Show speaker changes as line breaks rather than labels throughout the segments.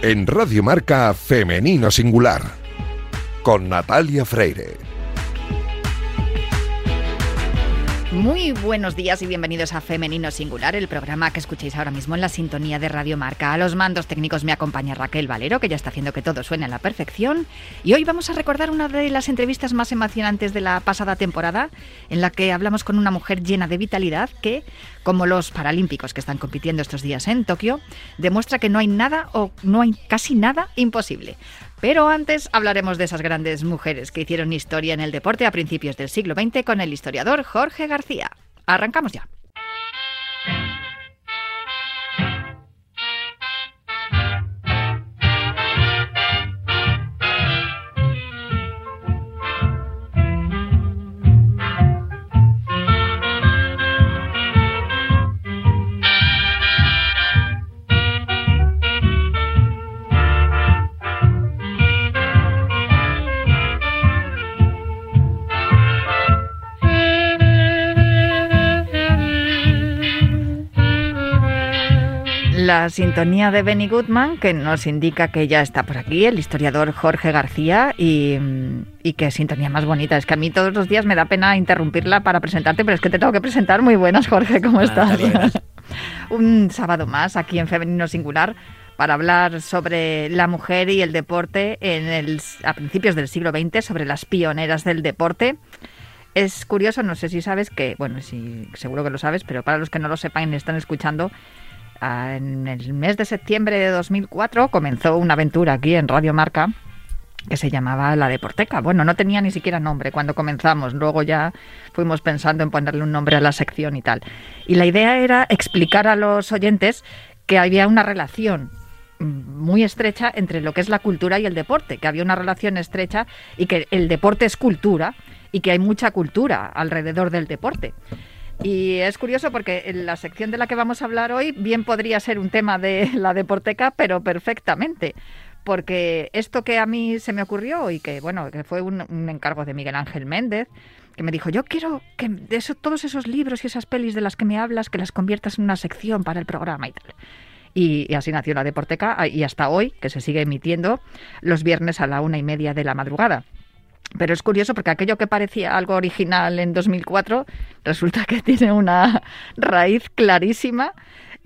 En Radio Marca Femenino Singular, con Natalia Freire.
Muy buenos días y bienvenidos a Femenino Singular, el programa que escucháis ahora mismo en la sintonía de Radio Marca. A los mandos técnicos me acompaña Raquel Valero, que ya está haciendo que todo suene a la perfección. Y hoy vamos a recordar una de las entrevistas más emocionantes de la pasada temporada, en la que hablamos con una mujer llena de vitalidad que, como los paralímpicos que están compitiendo estos días en Tokio, demuestra que no hay nada o no hay casi nada imposible. Pero antes hablaremos de esas grandes mujeres que hicieron historia en el deporte a principios del siglo XX con el historiador Jorge García. Arrancamos ya. La sintonía de Benny Goodman, que nos indica que ya está por aquí, el historiador Jorge García, y qué sintonía más bonita. Es que a mí todos los días me da pena interrumpirla para presentarte, pero es que te tengo que presentar. Muy buenas, Jorge, ¿cómo estás? Un sábado más aquí en Femenino Singular para hablar sobre la mujer y el deporte a principios del siglo XX, sobre las pioneras del deporte. Es curioso, no sé si sabes que, bueno, sí, seguro que lo sabes, pero para los que no lo sepan y están escuchando, en el mes de septiembre de 2004 comenzó una aventura aquí en Radio Marca que se llamaba La Deporteca. Bueno, no tenía ni siquiera nombre cuando comenzamos, luego ya fuimos pensando en ponerle un nombre a la sección y tal. Y la idea era explicar a los oyentes que había una relación muy estrecha entre lo que es la cultura y el deporte, que había una relación estrecha y que el deporte es cultura y que hay mucha cultura alrededor del deporte. Y es curioso porque en la sección de la que vamos a hablar hoy bien podría ser un tema de La Deporteca, pero perfectamente, porque esto que a mí se me ocurrió y que, bueno, que fue un encargo de Miguel Ángel Méndez, que me dijo, yo quiero que todos esos libros y esas pelis de las que me hablas, que las conviertas en una sección para el programa y tal. Y así nació La Deporteca, y hasta hoy, que se sigue emitiendo los viernes a la 1:30 de la madrugada. Pero es curioso porque aquello que parecía algo original en 2004 resulta que tiene una raíz clarísima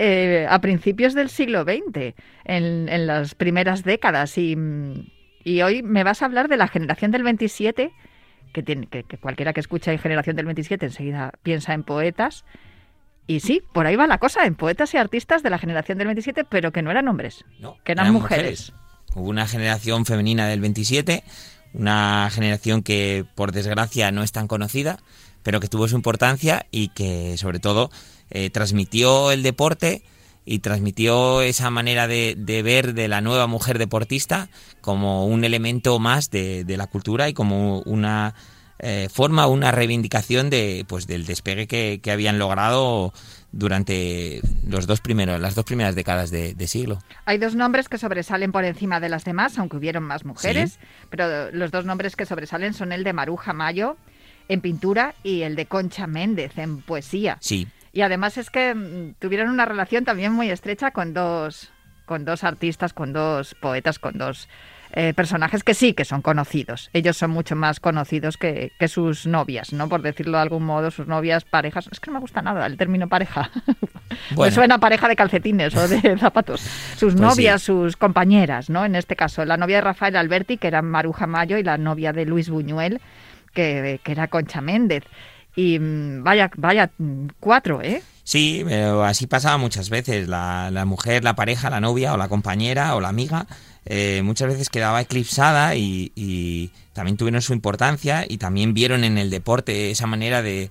a principios del siglo XX, en las primeras décadas. Y hoy me vas a hablar de la generación del 27, que cualquiera que escuche generación del 27 enseguida piensa en poetas. Y sí, por ahí va la cosa, en poetas y artistas de la generación del 27, pero que no eran hombres, no, que eran mujeres.
Hubo una generación femenina del 27... Una generación que, por desgracia, no es tan conocida, pero que tuvo su importancia y que, sobre todo, transmitió el deporte y transmitió esa manera de ver de la nueva mujer deportista como un elemento más de la cultura y como una forma, una reivindicación del despegue que habían logrado durante las dos primeras décadas de siglo.
Hay dos nombres que sobresalen por encima de las demás, aunque hubieron más mujeres, ¿sí? Pero los dos nombres que sobresalen son el de Maruja Mayo en pintura y el de Concha Méndez en poesía.
Sí.
Y además es que tuvieron una relación también muy estrecha con dos artistas, con dos poetas, con dos personajes que sí que son conocidos. Ellos son mucho más conocidos que sus novias, ¿no? Por decirlo de algún modo, sus novias, parejas. Es que no me gusta nada el término pareja. Bueno. Me suena pareja de calcetines o de zapatos. Sus novias, sí. Sus compañeras, ¿no? En este caso, la novia de Rafael Alberti, que era Maruja Mayo, y la novia de Luis Buñuel, que era Concha Méndez. Y vaya cuatro, ¿eh?
Sí, pero así pasaba muchas veces. La mujer, la pareja, la novia o la compañera o la amiga muchas veces quedaba eclipsada y también tuvieron su importancia y también vieron en el deporte esa manera de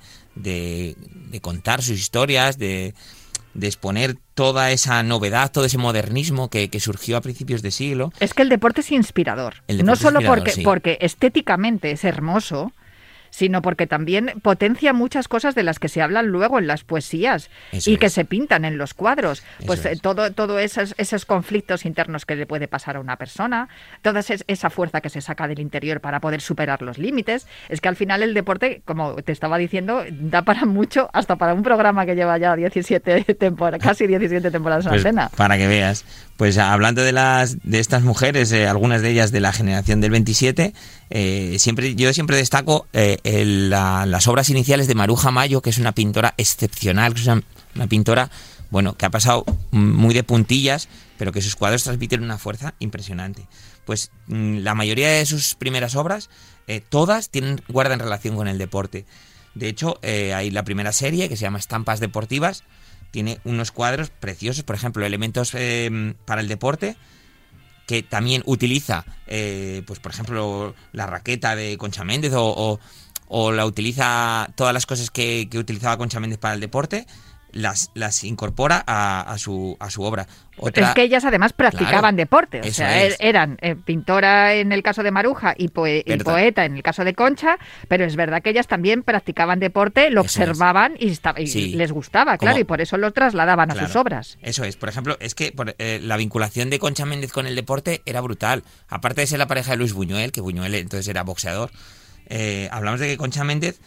contar sus historias, de exponer toda esa novedad, todo ese modernismo que surgió a principios de siglo.
Es que el deporte es inspirador. No solo porque estéticamente es hermoso, sino porque también potencia muchas cosas de las que se hablan luego en las poesías que se pintan en los cuadros. Pues todo esos conflictos internos que le puede pasar a una persona, toda esa fuerza que se saca del interior para poder superar los límites. Es que al final el deporte, como te estaba diciendo, da para mucho, hasta para un programa que lleva ya 17 temporadas, casi 17 temporadas en
pues
antena.
Para que veas. Pues hablando de estas mujeres, algunas de ellas de la generación del 27, yo siempre destaco las obras iniciales de Maruja Mayo, que es una pintora excepcional, que es una pintora, bueno, que ha pasado muy de puntillas, pero que sus cuadros transmiten una fuerza impresionante. Pues la mayoría de sus primeras obras, todas guardan relación con el deporte. De hecho, hay la primera serie que se llama Estampas Deportivas. Tiene unos cuadros preciosos, por ejemplo, elementos para el deporte, que también utiliza, pues por ejemplo, la raqueta de Concha Méndez o la utiliza, todas las cosas que utilizaba Concha Méndez para el deporte, las incorpora a su obra.
Es que ellas además practicaban deporte, o sea, eran pintora en el caso de Maruja y poeta en el caso de Concha, pero es verdad que ellas también practicaban deporte, lo observaban y les gustaba, claro, y por eso lo trasladaban a sus obras.
Eso es, por ejemplo, es que la vinculación de Concha Méndez con el deporte era brutal, aparte de ser la pareja de Luis Buñuel, que Buñuel entonces era boxeador, hablamos de que Concha Méndez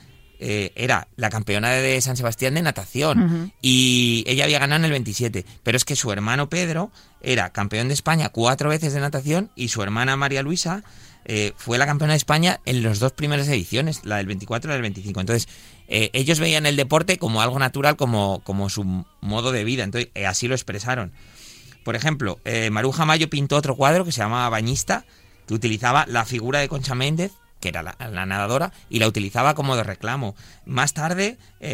era la campeona de San Sebastián de natación, y ella había ganado en el 27, pero es que su hermano Pedro era campeón de España 4 veces de natación y su hermana María Luisa fue la campeona de España en las 2 primeras ediciones, la del 24 y la del 25. Entonces ellos veían el deporte como algo natural, como su modo de vida, entonces así lo expresaron. Por ejemplo, Maruja Mayo pintó otro cuadro que se llamaba Bañista, que utilizaba la figura de Concha Méndez, que era la nadadora, y la utilizaba como de reclamo. Más tarde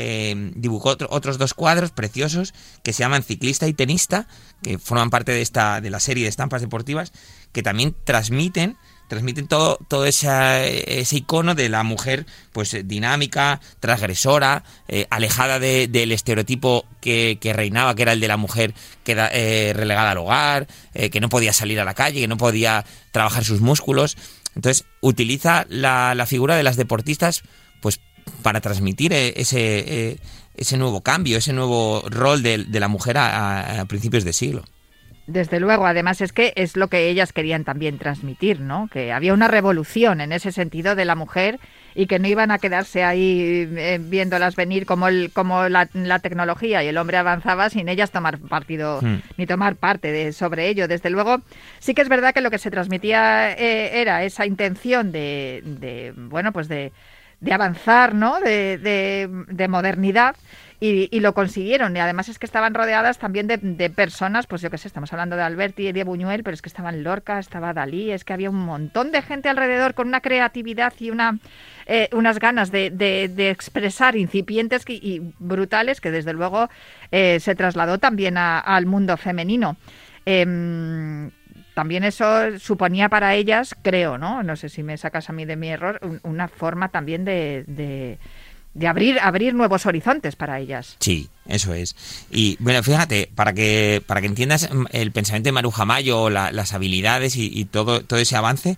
dibujó otros 2 cuadros preciosos que se llaman Ciclista y Tenista, que forman parte de la serie de estampas deportivas, que también transmiten todo ese icono de la mujer, pues dinámica, transgresora, alejada del estereotipo que reinaba, que era el de la mujer relegada al hogar, que no podía salir a la calle, que no podía trabajar sus músculos. Entonces utiliza la figura de las deportistas pues para transmitir ese nuevo cambio, ese nuevo rol de la mujer a principios de siglo.
Desde luego, además es que es lo que ellas querían también transmitir, ¿no? Que había una revolución en ese sentido de la mujer y que no iban a quedarse ahí viéndolas venir como la tecnología y el hombre avanzaba sin ellas tomar partido ni tomar parte sobre ello. Desde luego, sí que es verdad que lo que se transmitía era esa intención de avanzar, ¿no? De modernidad. Y lo consiguieron, y además es que estaban rodeadas también de personas, pues yo qué sé, estamos hablando de Alberti y de Buñuel, pero es que estaban Lorca, estaba Dalí, es que había un montón de gente alrededor con una creatividad y unas ganas de expresar incipientes y brutales que desde luego se trasladó también al mundo femenino. También eso suponía para ellas, creo, no sé si me sacas a mí de mi error, una forma también de abrir nuevos horizontes para ellas.
Sí, eso es. Y bueno, fíjate, para que entiendas el pensamiento de Maruja Mayo, las habilidades y todo ese avance,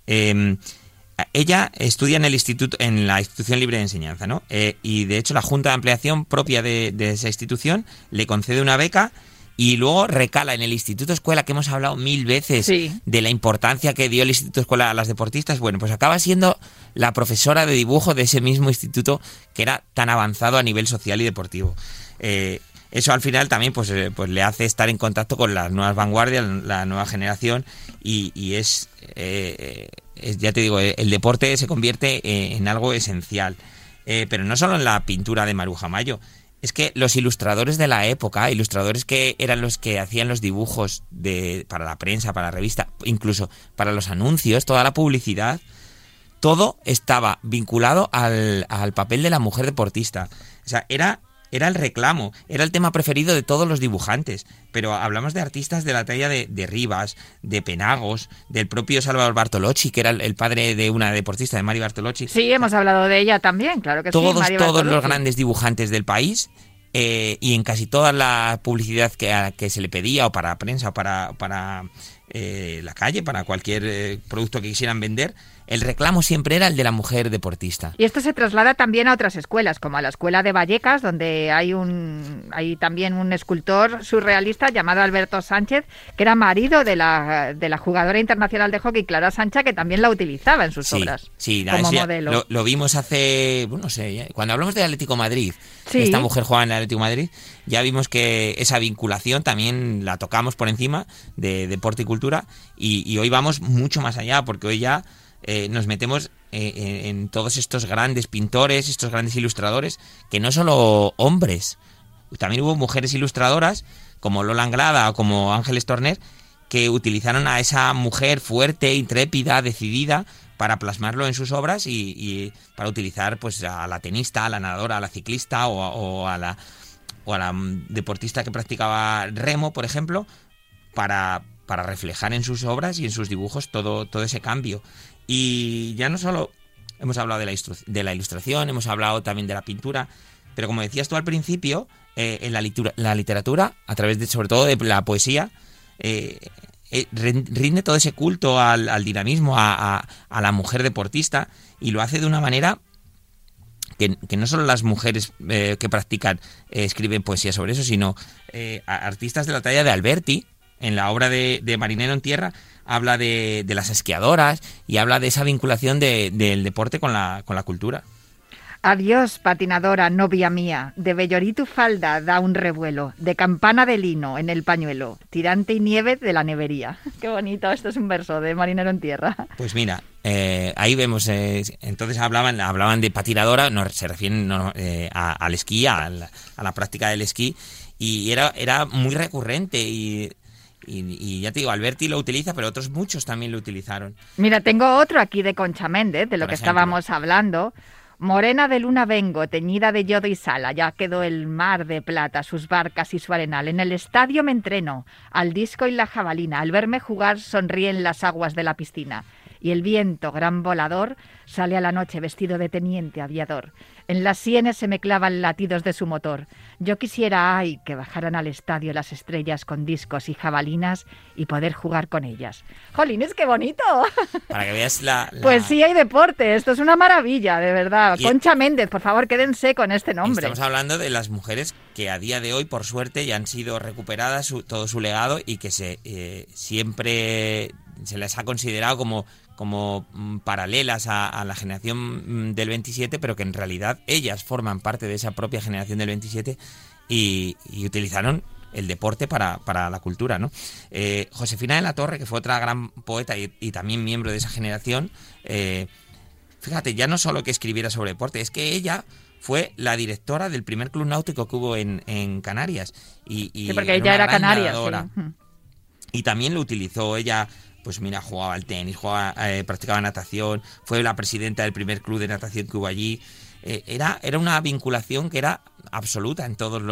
ella estudia en la Institución Libre de Enseñanza, ¿no? Y de hecho la Junta de Ampliación propia de esa institución le concede una beca y luego recala en el Instituto Escuela, que hemos hablado 1000 veces de la importancia que dio el Instituto Escuela a las deportistas. Bueno, pues acaba siendo la profesora de dibujo de ese mismo instituto que era tan avanzado a nivel social y deportivo. Eso al final también pues le hace estar en contacto con las nuevas vanguardias, la nueva generación, y es ya te digo, el deporte se convierte en algo esencial. Pero no solo en la pintura de Maruja Mayo. Es que los ilustradores de la época, ilustradores que eran los que hacían los dibujos para la prensa, para la revista, incluso para los anuncios, toda la publicidad, todo estaba vinculado al papel de la mujer deportista. O sea, era el reclamo, era el tema preferido de todos los dibujantes. Pero hablamos de artistas de la talla de Rivas, de Penagos, del propio Salvador Bartolocci, que era el padre de una deportista, de Mari Bartolocci.
Sí, hemos hablado de ella también, claro que
todos,
sí.
Todos los grandes dibujantes del país, y en casi toda la publicidad que se le pedía, o para prensa, o para la calle, para cualquier producto que quisieran vender, el reclamo siempre era el de la mujer deportista.
Y esto se traslada también a otras escuelas, como a la escuela de Vallecas, donde hay también un escultor surrealista llamado Alberto Sánchez, que era marido de la jugadora internacional de hockey Clara Sancha, que también la utilizaba en sus obras como modelo.
Lo vimos hace, no sé, cuando hablamos del Atlético Madrid,
Sí.
esta mujer jugaba en el Atlético Madrid, ya vimos que esa vinculación también la tocamos por encima de deporte y cultura, y hoy vamos mucho más allá, porque hoy ya nos metemos en todos estos grandes pintores, estos grandes ilustradores, que no solo hombres, también hubo mujeres ilustradoras como Lola Anglada o como Ángeles Torner, que utilizaron a esa mujer fuerte, intrépida, decidida, para plasmarlo en sus obras y para utilizar pues a la tenista, a la nadadora, a la ciclista o a la deportista que practicaba remo, por ejemplo, para reflejar en sus obras y en sus dibujos todo ese cambio. Y ya no solo hemos hablado de la ilustración, hemos hablado también de la pintura, pero como decías tú al principio, en la literatura, a través sobre todo de la poesía, rinde todo ese culto al dinamismo, a la mujer deportista, y lo hace de una manera que no solo las mujeres que practican escriben poesía sobre eso, sino artistas de la talla de Alberti, en la obra de Marinero en Tierra, habla de las esquiadoras y habla de esa vinculación del deporte con la cultura.
Adiós, patinadora, novia mía, de vellorí tu falda da un revuelo, de campana de lino en el pañuelo, tirante y nieve de la nevería. Qué bonito, esto es un verso de Marinero en Tierra.
Pues mira, ahí vemos, entonces hablaban de patinadora, se refieren al esquí, a la práctica del esquí, y era muy recurrente y ya te digo, Alberti lo utiliza, pero otros muchos también lo utilizaron.
Mira, tengo otro aquí de Concha Méndez, de lo
Por
que
ejemplo.
estábamos hablando. Morena de luna vengo, teñida de yodo y sal, ya quedó el mar de plata, sus barcas y su arenal. En el estadio me entreno, al disco y la jabalina, al verme jugar sonríen las aguas de la piscina. Y el viento, gran volador, sale a la noche vestido de teniente aviador. En las sienes se me clavan latidos de su motor. Yo quisiera, ay, que bajaran al estadio las estrellas con discos y jabalinas y poder jugar con ellas. ¡Jolines, qué bonito!
Para que veas
Pues sí, hay deporte. Esto es una maravilla, de verdad.
Y
Concha Méndez, por favor, quédense con este nombre.
Estamos hablando de las mujeres que a día de hoy, por suerte, ya han sido recuperadas todo su legado y que siempre se les ha considerado como paralelas a la generación del 27, pero que en realidad ellas forman parte de esa propia generación del 27 y utilizaron el deporte para la cultura, ¿no? Josefina de la Torre, que fue otra gran poeta y también miembro de esa generación, fíjate, ya no solo que escribiera sobre deporte, es que ella fue la directora del primer club náutico que hubo en Canarias.
Sí, porque ella era canaria. Sí.
Y también lo utilizó ella. Pues mira, jugaba al tenis, practicaba natación, fue la presidenta del primer club de natación que hubo allí. Era una vinculación que era absoluta en todos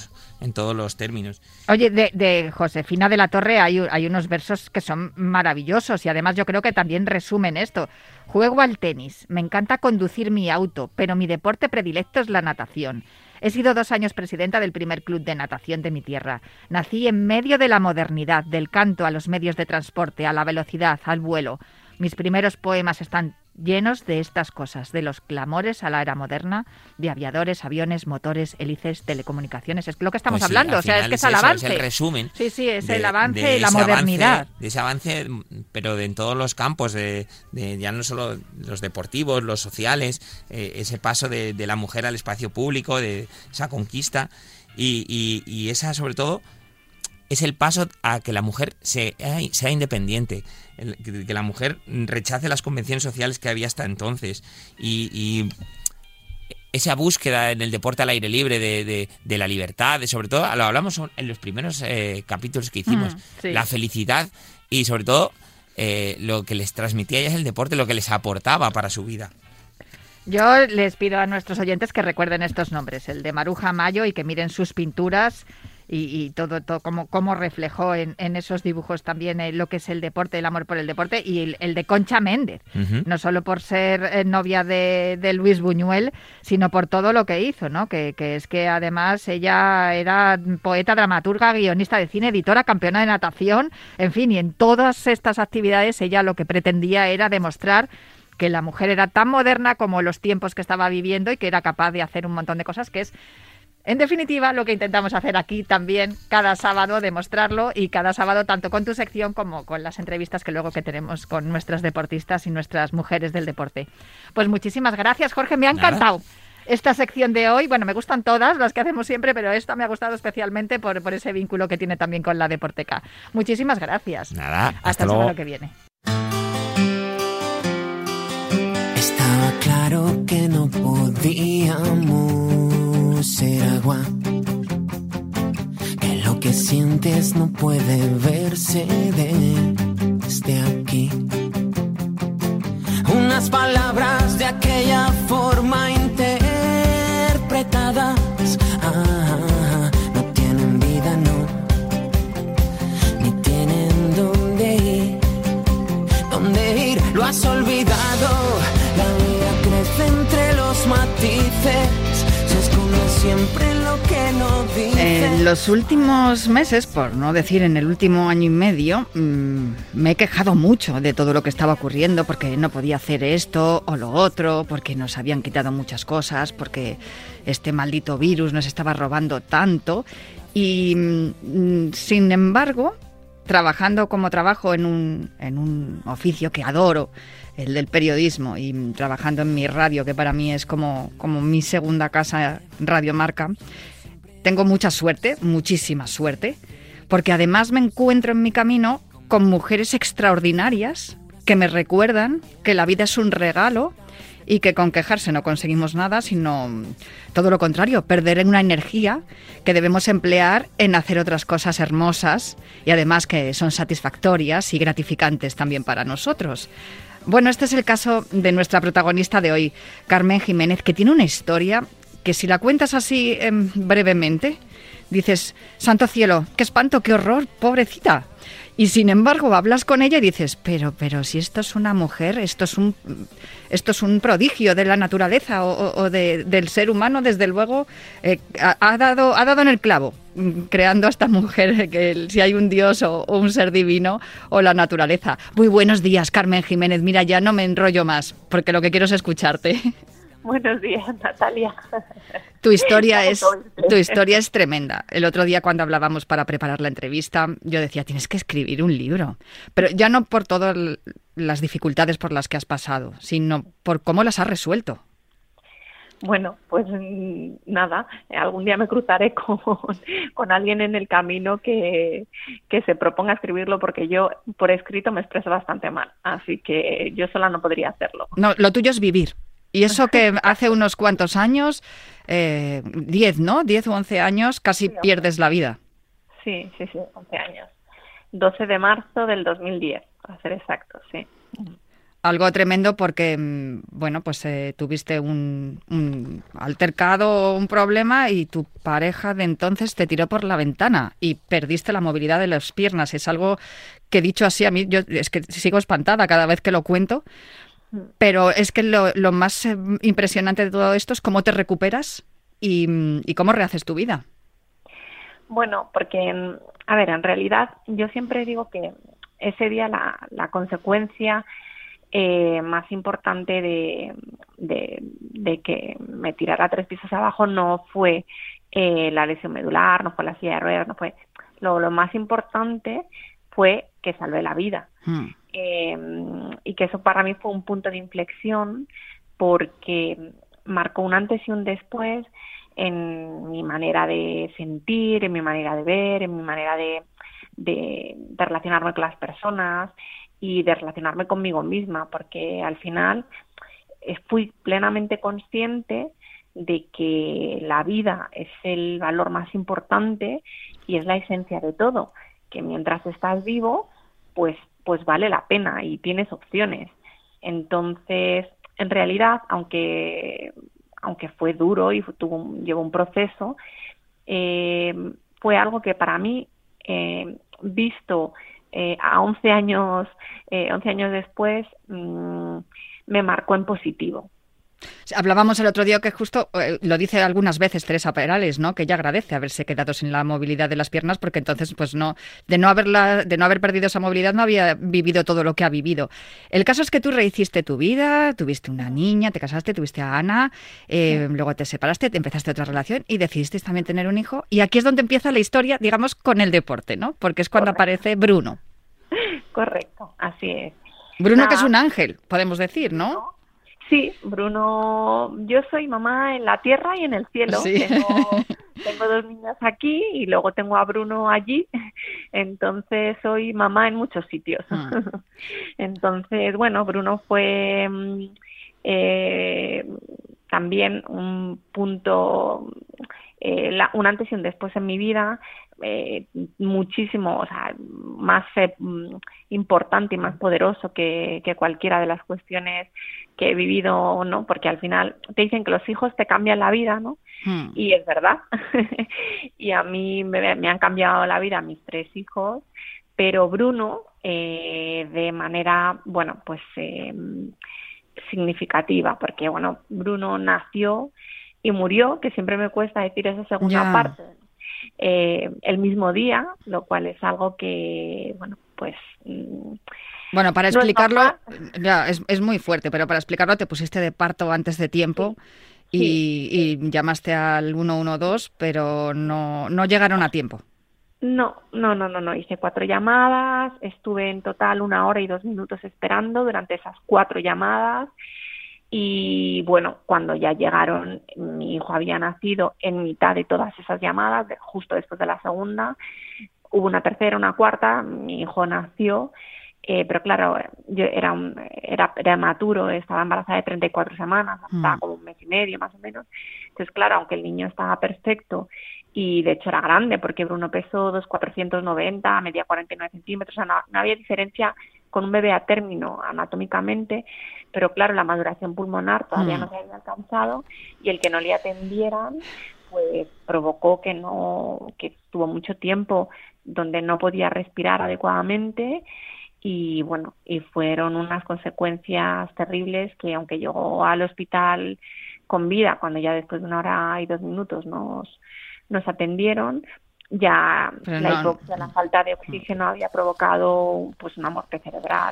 los términos.
Oye, de Josefina de la Torre hay unos versos que son maravillosos y además yo creo que también resumen esto. Juego al tenis, me encanta conducir mi auto, pero mi deporte predilecto es la natación. He sido 2 años presidenta del primer club de natación de mi tierra. Nací en medio de la modernidad, del canto a los medios de transporte, a la velocidad, al vuelo. Mis primeros poemas están llenos de estas cosas, de los clamores a la era moderna, de aviadores, aviones, motores, hélices, telecomunicaciones. Es lo que estamos hablando, o sea, es que es el avance.
Es el resumen.
Sí, es el avance y la modernidad.
De ese avance, pero en todos los campos, de ya no solo los deportivos, los sociales, ese paso de la mujer al espacio público, de esa conquista y esa, sobre todo, es el paso a que la mujer sea independiente, que la mujer rechace las convenciones sociales que había hasta entonces y esa búsqueda en el deporte al aire libre de la libertad, sobre todo, lo hablamos en los primeros capítulos que hicimos,
sí.
La felicidad y sobre todo lo que les transmitía ella es el deporte, lo que les aportaba para su vida.
Yo les pido a nuestros oyentes que recuerden estos nombres, el de Maruja Mayo, y que miren sus pinturas y todo cómo reflejó en esos dibujos también lo que es el deporte, el amor por el deporte, y el de Concha Méndez, no solo por ser novia de Luis Buñuel, sino por todo lo que hizo, ¿no? Que es que además ella era poeta, dramaturga, guionista de cine, editora, campeona de natación, en fin, y en todas estas actividades ella lo que pretendía era demostrar que la mujer era tan moderna como los tiempos que estaba viviendo y que era capaz de hacer un montón de cosas, que es, en definitiva, lo que intentamos hacer aquí también cada sábado, demostrarlo, y cada sábado tanto con tu sección como con las entrevistas que tenemos con nuestras deportistas y nuestras mujeres del deporte. Pues muchísimas gracias, Jorge, me ha encantado esta sección de hoy. Bueno, me gustan todas las que hacemos siempre, pero esta me ha gustado especialmente por ese vínculo que tiene también con la Deporteca. Muchísimas gracias.
Nada,
hasta el sábado que viene.
Estaba claro que no podíamos ser agua, que lo que sientes no puede verse desde aquí. Unas palabras de aquella forma interpretadas no tienen vida, no, ni tienen dónde ir, lo has olvidado. La vida crece entre los matices, se esconde siempre en lo que no dice.
En los últimos meses, por no decir en el último año y medio, me he quejado mucho de todo lo que estaba ocurriendo, porque no podía hacer esto o lo otro, porque nos habían quitado muchas cosas, porque este maldito virus nos estaba robando tanto. Y sin embargo, trabajando como trabajo en un oficio que adoro, el del periodismo, y trabajando en mi radio, que para mí es como mi segunda casa, Radio Marca, tengo mucha suerte, muchísima suerte, porque además me encuentro en mi camino con mujeres extraordinarias que me recuerdan que la vida es un regalo y que con quejarse no conseguimos nada, sino todo lo contrario, perder una energía que debemos emplear en hacer otras cosas hermosas y además que son satisfactorias y gratificantes también para nosotros. Bueno, este es el caso de nuestra protagonista de hoy, Carmen Jiménez, que tiene una historia que, si la cuentas así brevemente, dices, santo cielo, qué espanto, qué horror, pobrecita. Y sin embargo hablas con ella y dices, pero si esto es una mujer, esto es un prodigio de la naturaleza o del ser humano, desde luego, ha dado en el clavo, creando a esta mujer, que si hay un dios o un ser divino o la naturaleza. Muy buenos días, Carmen Jiménez. Mira, ya no me enrollo más, porque lo que quiero es escucharte.
Buenos días, Natalia.
Tu historia es tremenda. El otro día, cuando hablábamos para preparar la entrevista, yo decía, tienes que escribir un libro. Pero ya no por todas las dificultades por las que has pasado, sino por cómo las has resuelto.
Bueno, pues nada, algún día me cruzaré con alguien en el camino que se proponga escribirlo, porque yo por escrito me expreso bastante mal, así que yo sola no podría hacerlo.
No, lo tuyo es vivir. Y eso que hace unos cuantos años, 10, ¿no? 10 o 11 años, casi pierdes la vida.
Sí, 11 años. 12 de marzo del 2010, para ser exacto, sí.
Algo tremendo porque, bueno, pues tuviste un altercado, un problema, y tu pareja de entonces te tiró por la ventana y perdiste la movilidad de las piernas. Es algo que, dicho así, a mí yo es que sigo espantada cada vez que lo cuento. Pero es que lo más impresionante de todo esto es cómo te recuperas y cómo rehaces tu vida.
Bueno, porque, a ver, en realidad yo siempre digo que ese día la consecuencia más importante de que me tirara 3 pisos abajo no fue la lesión medular, no fue la silla de ruedas, no fue... Lo más importante fue que salvé la vida. Y que eso para mí fue un punto de inflexión, porque marcó un antes y un después en mi manera de sentir, en mi manera de ver, en mi manera de relacionarme con las personas y de relacionarme conmigo misma, porque al final fui plenamente consciente de que la vida es el valor más importante y es la esencia de todo, que mientras estás vivo, pues vale la pena y tienes opciones. Entonces, en realidad, aunque fue duro y llevó un proceso, fue algo que para mí, visto a 11 años después, me marcó en positivo.
Hablábamos el otro día que justo lo dice algunas veces Teresa Perales, ¿no? Que ella agradece haberse quedado sin la movilidad de las piernas porque entonces, pues no, de no haber perdido esa movilidad no había vivido todo lo que ha vivido. El caso es que tú rehiciste tu vida, tuviste una niña, te casaste, tuviste a Ana, luego te separaste, te empezaste otra relación y decidiste también tener un hijo. Y aquí es donde empieza la historia, digamos, con el deporte, ¿no? Porque es cuando aparece Bruno.
Correcto, así es.
Bruno, que es un ángel, podemos decir, ¿no?
Sí, Bruno, yo soy mamá en la tierra y en el cielo.
Sí.
Tengo 2 niñas aquí y luego tengo a Bruno allí, entonces soy mamá en muchos sitios. Entonces, bueno, Bruno fue también un punto, un antes y un después en mi vida, muchísimo, o sea, más importante y más poderoso que cualquiera de las cuestiones que he vivido, ¿no? Porque al final te dicen que los hijos te cambian la vida, ¿no? Y es verdad. Y a mí me han cambiado la vida mis 3 hijos, pero Bruno, de manera, bueno, pues significativa, porque, bueno, Bruno nació y murió, que siempre me cuesta decir esa segunda parte, el mismo día, lo cual es algo que, bueno, pues...
Bueno, para explicarlo,
no
es muy fuerte, pero para explicarlo te pusiste de parto antes de tiempo y llamaste al 112, pero no llegaron a tiempo.
No, hice 4 llamadas, estuve en total 1 hora y 2 minutos esperando durante esas 4 llamadas. Y bueno, cuando ya llegaron, mi hijo había nacido en mitad de todas esas llamadas, justo después de la segunda. Hubo una tercera, una cuarta, mi hijo nació, pero claro, yo era prematuro, estaba embarazada de 34 semanas, hasta como 1 mes y medio más o menos. Entonces, claro, aunque el niño estaba perfecto y de hecho era grande, porque Bruno pesó 2,490, medía 49 centímetros, o sea, no había diferencia con un bebé a término anatómicamente, pero claro, la maduración pulmonar todavía no se había alcanzado y el que no le atendieran pues provocó que estuvo mucho tiempo donde no podía respirar adecuadamente y bueno, y fueron unas consecuencias terribles que aunque llegó al hospital con vida, cuando ya después de 1 hora y 2 minutos nos atendieron, ya
pero
la hipoxia, la falta de oxígeno había provocado pues una muerte cerebral.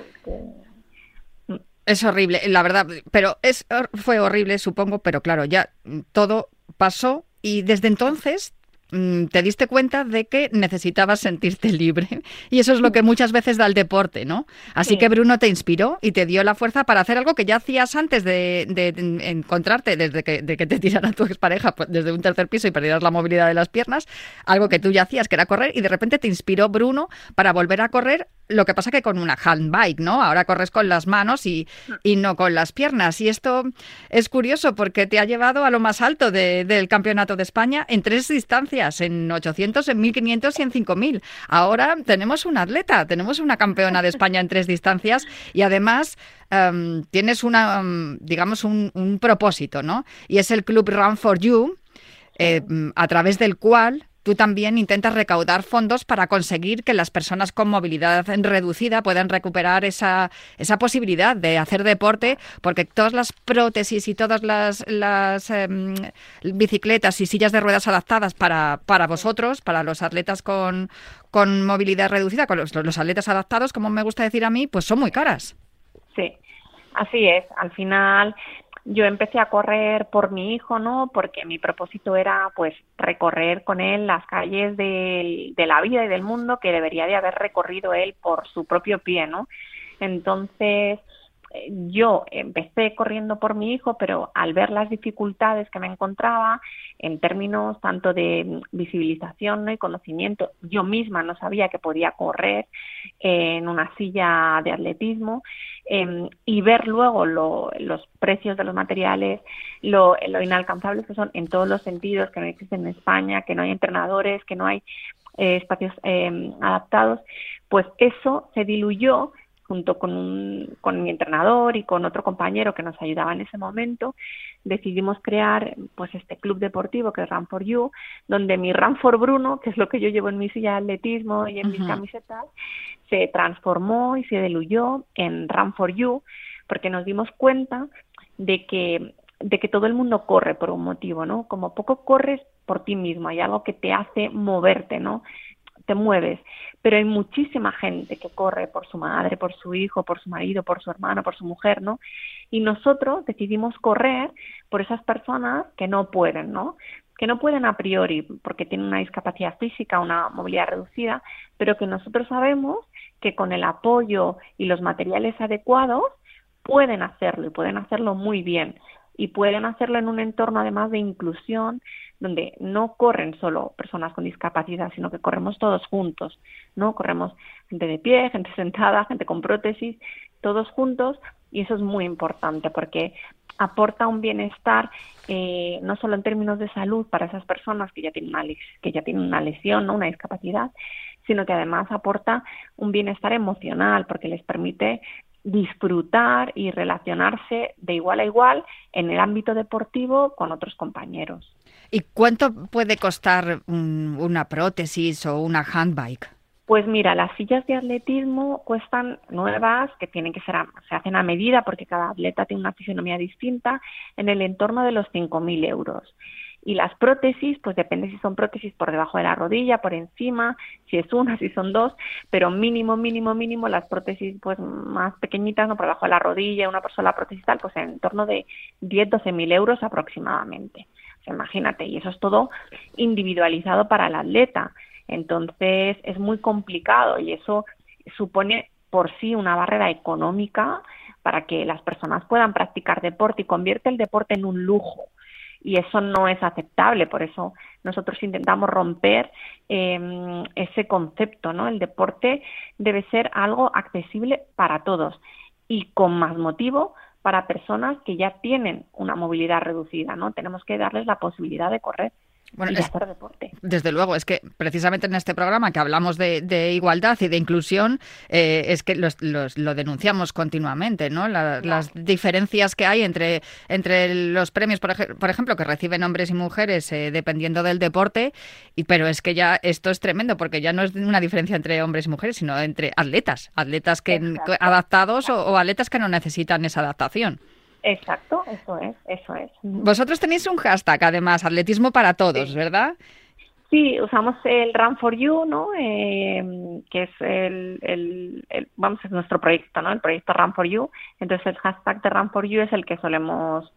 Es horrible, la verdad, pero fue horrible, supongo, pero claro, ya todo pasó y desde entonces te diste cuenta de que necesitabas sentirte libre y eso es lo que muchas veces da el deporte, ¿no? Así que Bruno te inspiró y te dio la fuerza para hacer algo que ya hacías antes de encontrarte, desde que te tirara tu expareja desde un tercer piso y perdieras la movilidad de las piernas, algo que tú ya hacías, que era correr, y de repente te inspiró Bruno para volver a correr. Lo que pasa que con una handbike, ¿no? Ahora corres con las manos y no con las piernas. Y esto es curioso porque te ha llevado a lo más alto del Campeonato de España en 3 distancias, en 800, en 1500 y en 5000. Ahora tenemos una atleta, tenemos una campeona de España en 3 distancias y además tienes digamos un propósito, ¿no? Y es el club Run for You, a través del cual tú también intentas recaudar fondos para conseguir que las personas con movilidad reducida puedan recuperar esa posibilidad de hacer deporte, porque todas las prótesis y todas las bicicletas y sillas de ruedas adaptadas para vosotros, para los atletas con movilidad reducida, con los atletas adaptados, como me gusta decir a mí, pues son muy caras.
Sí, así es. Al final yo empecé a correr por mi hijo, ¿no? Porque mi propósito era, pues, recorrer con él las calles de la vida y del mundo que debería de haber recorrido él por su propio pie, ¿no? Entonces, yo empecé corriendo por mi hijo, pero al ver las dificultades que me encontraba en términos tanto de visibilización, ¿no? y conocimiento, yo misma no sabía que podía correr en una silla de atletismo, y ver luego los precios de los materiales, lo inalcanzables que son en todos los sentidos, que no existen en España, que no hay entrenadores, que no hay espacios adaptados, pues eso se diluyó junto con mi entrenador y con otro compañero que nos ayudaba en ese momento. Decidimos crear pues este club deportivo que es Run for You, donde mi Run for Bruno, que es lo que yo llevo en mi silla de atletismo y en mis camisetas, se transformó y se diluyó en Run for You, porque nos dimos cuenta de que de que todo el mundo corre por un motivo, ¿no? Como poco corres por ti mismo, hay algo que te hace moverte, ¿no? Te mueves, pero hay muchísima gente que corre por su madre, por su hijo, por su marido, por su hermano, por su mujer, ¿no? Y nosotros decidimos correr por esas personas que no pueden, ¿no? Que no pueden a priori porque tienen una discapacidad física, una movilidad reducida, pero que nosotros sabemos que con el apoyo y los materiales adecuados pueden hacerlo y pueden hacerlo muy bien. Y pueden hacerlo en un entorno además de inclusión donde no corren solo personas con discapacidad, sino que corremos todos juntos, ¿no? Corremos gente de pie, gente sentada, gente con prótesis, todos juntos, y eso es muy importante porque aporta un bienestar no solo en términos de salud para esas personas que ya tienen una lesión, ¿no? Una discapacidad, sino que además aporta un bienestar emocional porque les permite disfrutar y relacionarse de igual a igual en el ámbito deportivo con otros compañeros.
¿Y cuánto puede costar una prótesis o una handbike?
Pues mira, las sillas de atletismo cuestan nuevas, que tienen que ser se hacen a medida porque cada atleta tiene una fisionomía distinta, en el entorno de los 5.000 euros. Y las prótesis, pues depende si son prótesis por debajo de la rodilla, por encima, si es una, si son dos, pero mínimo, las prótesis pues más pequeñitas, no por debajo de la rodilla, una sola prótesis tal, pues en torno de 10-12.000 euros aproximadamente. O sea, imagínate, y eso es todo individualizado para el atleta. Entonces es muy complicado y eso supone por sí una barrera económica para que las personas puedan practicar deporte y convierte el deporte en un lujo. Y eso no es aceptable, por eso nosotros intentamos romper ese concepto, ¿no? El deporte debe ser algo accesible para todos y con más motivo para personas que ya tienen una movilidad reducida, ¿no? Tenemos que darles la posibilidad de correr.
Bueno,
y hacer deporte.
Desde luego, es que precisamente en este programa que hablamos de igualdad y de inclusión, es que lo denunciamos continuamente, ¿no? Las diferencias que hay entre los premios, por ejemplo, que reciben hombres y mujeres dependiendo del deporte, pero es que ya esto es tremendo, porque ya no es una diferencia entre hombres y mujeres, sino entre atletas que adaptados o atletas que no necesitan esa adaptación.
Exacto, eso es.
Vosotros tenéis un hashtag, además, atletismo para todos, sí, ¿verdad?
Sí, usamos el Run for You, ¿no? Que es es nuestro proyecto, ¿no? El proyecto Run for You. Entonces el hashtag de Run for You es el que solemos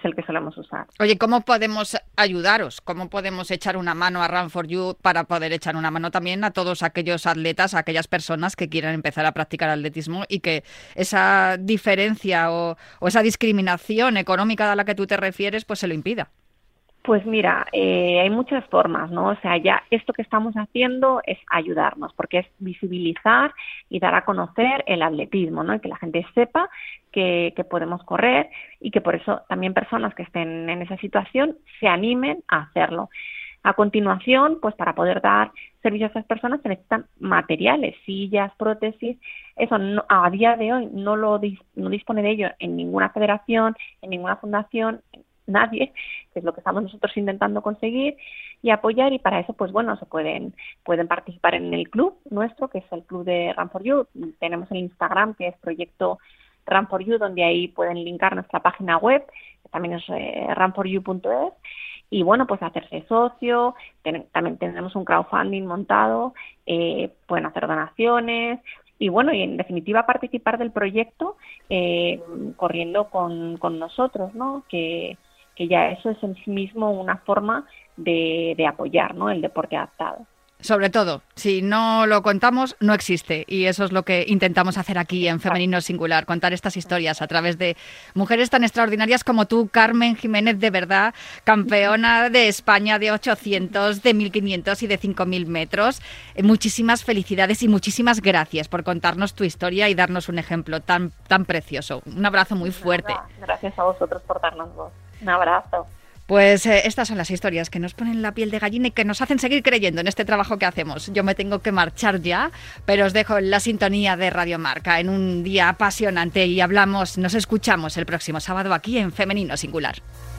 usar.
Oye, ¿cómo podemos ayudaros? ¿Cómo podemos echar una mano a Run for You para poder echar una mano también a todos aquellos atletas, a aquellas personas que quieran empezar a practicar atletismo y que esa diferencia o esa discriminación económica a la que tú te refieres pues se lo impida?
Pues mira, hay muchas formas, ¿no? O sea, ya esto que estamos haciendo es ayudarnos, porque es visibilizar y dar a conocer el atletismo, ¿no? Y que la gente sepa que podemos correr y que por eso también personas que estén en esa situación se animen a hacerlo. A continuación, pues para poder dar servicio a esas personas se necesitan materiales, sillas, prótesis. Eso no, a día de hoy no dispone de ello en ninguna federación, en ninguna fundación, nadie, que es lo que estamos nosotros intentando conseguir y apoyar, y para eso pues bueno, pueden participar en el club nuestro, que es el club de Run for You. Tenemos el Instagram, que es proyecto Run for You, donde ahí pueden linkar nuestra página web, que también es runforyou.es, y bueno, pues hacerse socio. También tenemos un crowdfunding montado, pueden hacer donaciones y bueno, y en definitiva participar del proyecto corriendo con nosotros, ¿no? Que ya eso es en sí mismo una forma de apoyar, ¿no? El deporte adaptado.
Sobre todo, si no lo contamos, no existe. Y eso es lo que intentamos hacer aquí en Femenino Singular, contar estas historias a través de mujeres tan extraordinarias como tú, Carmen Jiménez, de verdad, campeona de España de 800, de 1500 y de 5000 metros. Muchísimas felicidades y muchísimas gracias por contarnos tu historia y darnos un ejemplo tan precioso. Un abrazo muy fuerte.
Gracias a vosotros por darnos voz. Un abrazo.
Pues estas son las historias que nos ponen la piel de gallina y que nos hacen seguir creyendo en este trabajo que hacemos. Yo me tengo que marchar ya, pero os dejo en la sintonía de Radio Marca en un día apasionante y nos escuchamos el próximo sábado aquí en Femenino Singular.